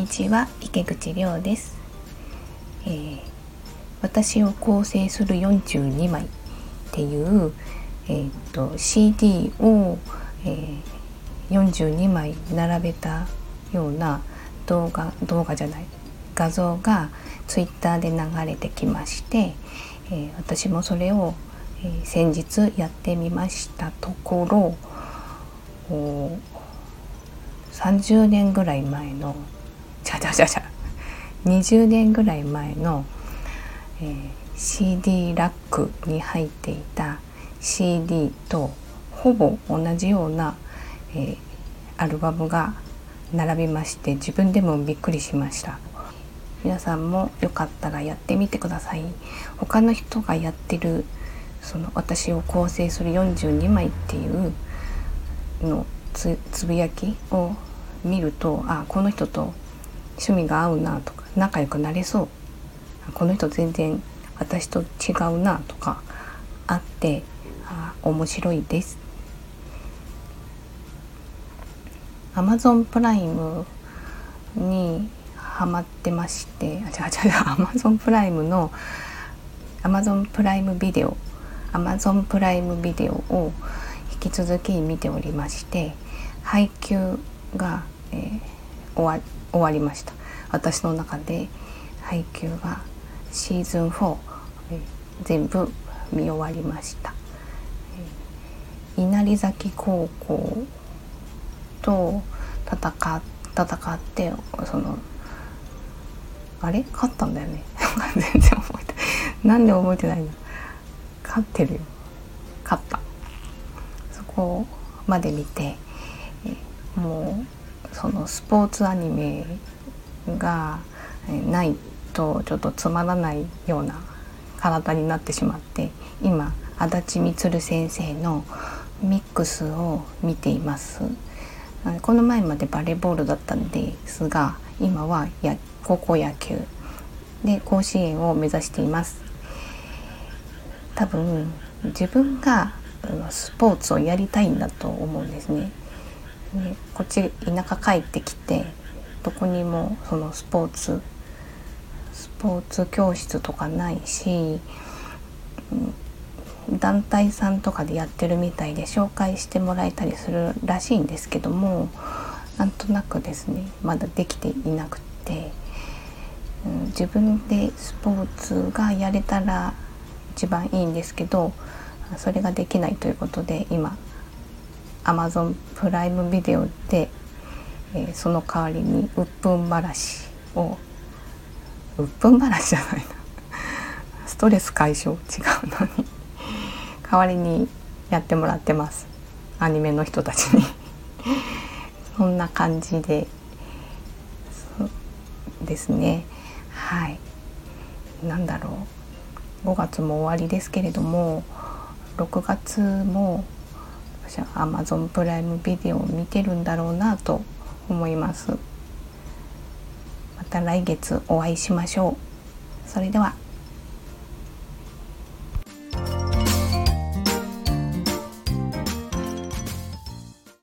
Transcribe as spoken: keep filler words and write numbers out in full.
にちは、池口亮です。えー、私を構成するよんじゅうにまいっていう、えー、と シーディー を、えー、よんじゅうにまい並べたような動画動画じゃない画像がツイッターで流れてきまして、えー、私もそれを、えー、先日やってみましたところ、さんじゅうねんぐらい前のちゃちゃちゃちゃにじゅうねんぐらい前の、えー、シーディー ラックに入っていた シーディー とほぼ同じような、えー、アルバムが並びまして、自分でもびっくりしました。皆さんもよかったらやってみてください。他の人がやってるその私を構成するよんじゅうにまいっていうの つ, つぶやきを見ると、あ、この人と趣味が合うなとか、仲良くなれそう、この人全然私と違うなとかあって、あ、面白いです。 Amazon プライムにハマってまして、あ、違う違う Amazon プライムの Amazon プライムビデオ Amazon プライムビデオを引き続き見ておりまして、配給が、えー、終わ、終わりました。私の中で配給がシーズンフォー、えー、全部見終わりました。えー、稲荷崎高校と戦っ、戦ってそのあれ勝ったんだよね全然覚えてなんで覚えてないの。勝ってるよ、勝った。そこまで見て、えもうそのスポーツアニメがないとちょっとつまらないような体になってしまって、今足立満先生のミックスを見ています。この前までバレーボールだったんですが、今はや高校野球で甲子園を目指しています。多分自分がスポーツをやりたいんだと思うんですね。でこっち田舎帰ってきて、どこにもそのスポーツスポーツ教室とかないし、団体さんとかでやってるみたいで紹介してもらえたりするらしいんですけども、なんとなくですね、まだできていなくて、うん、自分でスポーツがやれたら一番いいんですけど、それができないということで、今 Amazon プライムビデオで、えー、その代わりにうっぷんばらしをうっぷんばらしじゃないなストレス解消違うのに代わりにやってもらってます、アニメの人たちにそんな感じでですね。はい、なんだろう、ごがつも終わりですけれども、ろくがつも私は Amazon プライムビデオを見てるんだろうなと思います。また来月お会いしましょう。それでは。